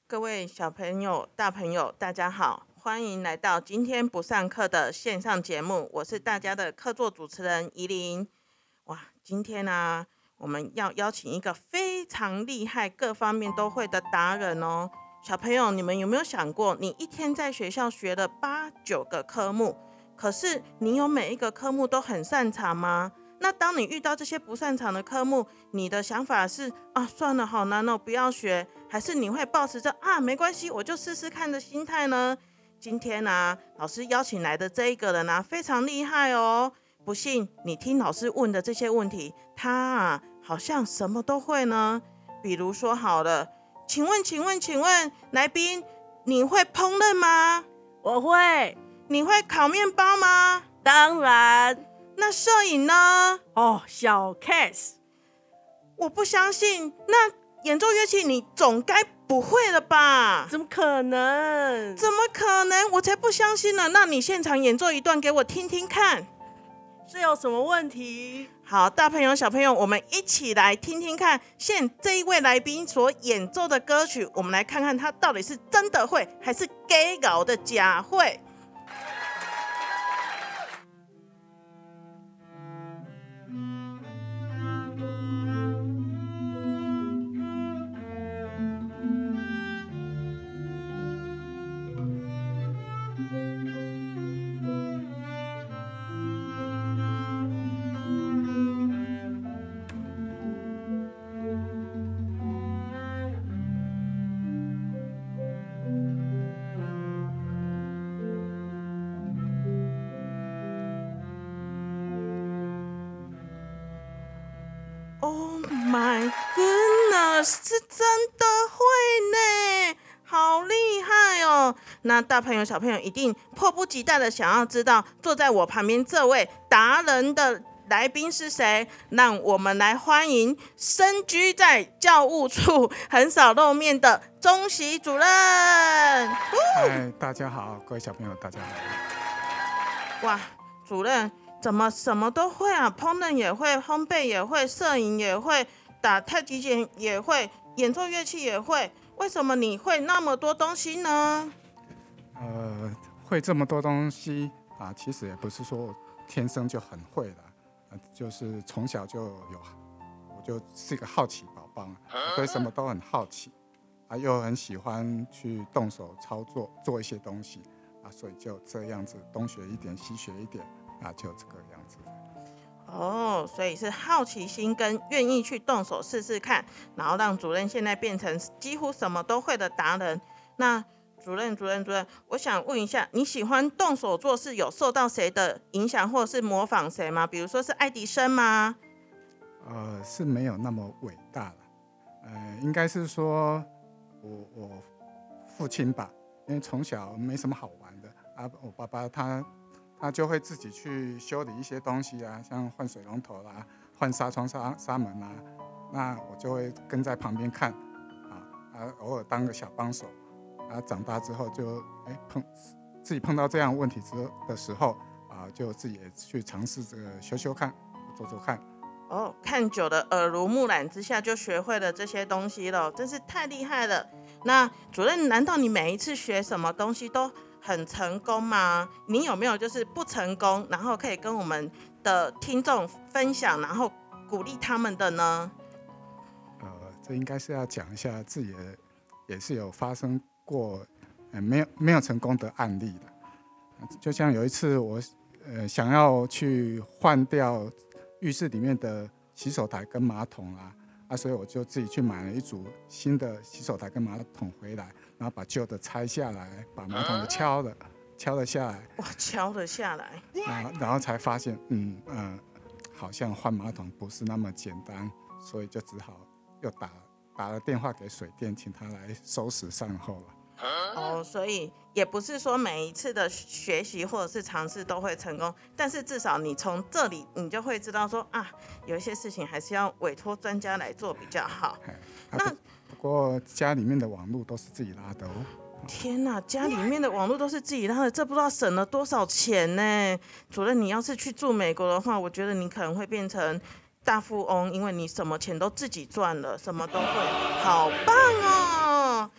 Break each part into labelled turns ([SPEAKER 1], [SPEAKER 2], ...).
[SPEAKER 1] 各位小朋友、大朋友，大家好，欢迎来到今天不上课的线上节目，我是大家的客座主持人怡琳。哇，今天啊，我们要邀请一个非常厉害、各方面都会的达人哦。小朋友，你们有没有想过，你一天在学校学了8、9个科目，可是你有每一个科目都很擅长吗？那当你遇到这些不擅长的科目，你的想法是算了，好难哦，不要学，还是你会抱持着没关系，我就试试看的心态呢？今天啊，老师邀请来的这一个人啊，非常厉害哦。不信你听老师问的这些问题，他好像什么都会呢。比如说好了，请问，来宾，你会烹饪吗？
[SPEAKER 2] 我会，
[SPEAKER 1] 你会烤面包吗？
[SPEAKER 2] 当然。
[SPEAKER 1] 那摄影呢？
[SPEAKER 2] 小 case，
[SPEAKER 1] 我不相信。那演奏乐器你总该不会了吧？
[SPEAKER 2] 怎么可能？
[SPEAKER 1] 怎么可能？我才不相信呢。那你现场演奏一段给我听听看。
[SPEAKER 2] 是有什么问题？
[SPEAKER 1] 好，大朋友小朋友，我们一起来听听看这一位来宾所演奏的歌曲，我们来看看他到底是真的会还是假搞的假会。Oh my goodness， 是真的会呢，好厉害哦！那大朋友小朋友一定迫不及待的想要知道，坐在我旁边这位达人的来宾是谁？让我们来欢迎身居在教务处很少露面的钟习主任。
[SPEAKER 3] 嗨，大家好，各位小朋友，大家好。
[SPEAKER 1] 哇，主任怎么什么都会啊？烹饪也会，烘焙也会，摄影也会，打太极拳也会，演奏乐器也会。为什么你会那么多东西呢？
[SPEAKER 3] 会这么多东西啊，其实也不是说天生就很会的，就是从小就有，我就是一个好奇宝宝，我对什么都很好奇，又很喜欢去动手操作做一些东西，所以就这样子东学一点西学一点，就这个样子。
[SPEAKER 1] 所以是好奇心跟愿意去动手试试看，然后让主任现在变成几乎什么都会的达人。那主任，我想问一下，你喜欢动手做事有受到谁的影响，或者是模仿谁吗？比如说是爱迪生吗？
[SPEAKER 3] 是没有那么伟大了，应该是说我父亲吧，因为从小没什么好玩的我爸爸他就会自己去修理一些东西像换水龙头啦、换纱窗纱门那我就会跟在旁边看偶尔当个小帮手长大之后就自己碰到这样的问题的时候就自己也去尝试这个修看做看。
[SPEAKER 1] 看久了耳濡目染之下就学会了这些东西了，真是太厉害了。那主任，难道你每一次学什么东西都很成功吗？你有没有就是不成功，然后可以跟我们的听众分享，然后鼓励他们的呢？
[SPEAKER 3] 这应该是要讲一下自己也是有发生过没有成功的案例的。就像有一次我想要去换掉浴室里面的洗手台跟马桶所以我就自己去买了一组新的洗手台跟马桶回来，然后把旧的拆下来，把马桶敲了下来。
[SPEAKER 1] 哇，敲了下来。
[SPEAKER 3] 然后才发现好像换马桶不是那么简单，所以就只好又打了电话给水电，请他来收拾善后了。
[SPEAKER 1] 所以也不是说每一次的学习或者是尝试都会成功，但是至少你从这里你就会知道说有一些事情还是要委托专家来做比较好。
[SPEAKER 3] 不过家里面的网路都是自己拉的
[SPEAKER 1] 天哪，家里面的网络都是自己拉的，这不知道省了多少钱呢？主任，你要是去住美国的话，我觉得你可能会变成大富翁，因为你什么钱都自己赚了，什么都会，好棒哦！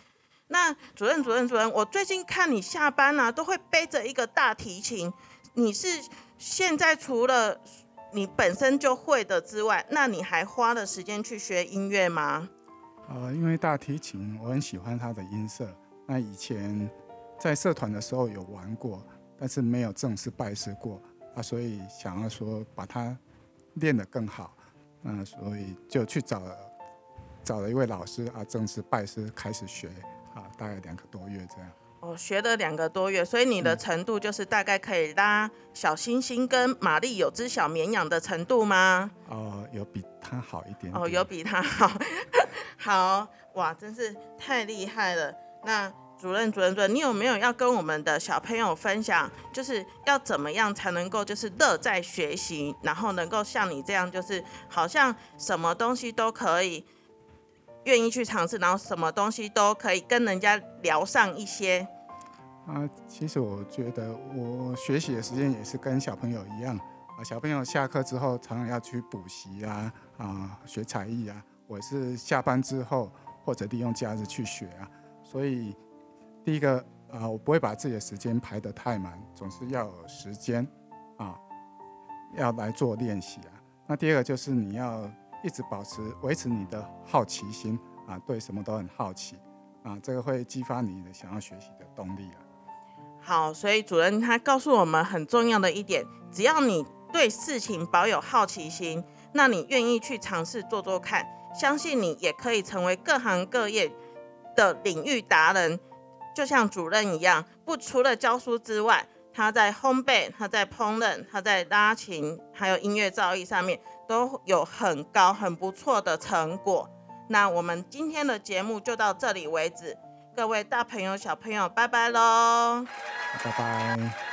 [SPEAKER 1] 那主任，我最近看你下班啊，都会背着一个大提琴。你是现在除了你本身就会的之外，那你还花了时间去学音乐吗？
[SPEAKER 3] 因为大提琴我很喜欢它的音色，那以前在社团的时候有玩过，但是没有正式拜师过啊，所以想要说把它练得更好，所以就去找了一位老师啊，正式拜师开始学啊，大概2个多月这样。
[SPEAKER 1] 学了2个多月，所以你的程度就是大概可以拉小星星跟玛丽有只小绵羊的程度吗？
[SPEAKER 3] 有比他好一点点。
[SPEAKER 1] 有比他好。好，哇，真是太厉害了。那主任，你有没有要跟我们的小朋友分享，就是要怎么样才能够就是乐在学习，然后能够像你这样，就是好像什么东西都可以愿意去尝试，然后什么东西都可以跟人家聊上一些。
[SPEAKER 3] 其实我觉得我学习的时间也是跟小朋友一样啊，小朋友下课之后常常要去补习学才艺啊，我是下班之后或者利用假日去学啊，所以第一个我不会把自己的时间排得太满，总是要有时间要来做练习啊。那第二个就是你要一直维持你的好奇心对什么都很好奇这个会激发你的想要学习的动力啊。
[SPEAKER 1] 好，所以主任他告诉我们很重要的一点，只要你对事情保有好奇心，那你愿意去尝试做做看，相信你也可以成为各行各业的领域达人。就像主任一样，除了教书之外，他在烘焙，他在烹饪，他在拉琴，还有音乐造诣上面都有很高很不错的成果。那我们今天的节目就到这里为止，各位大朋友小朋友拜拜咯。
[SPEAKER 3] 拜拜。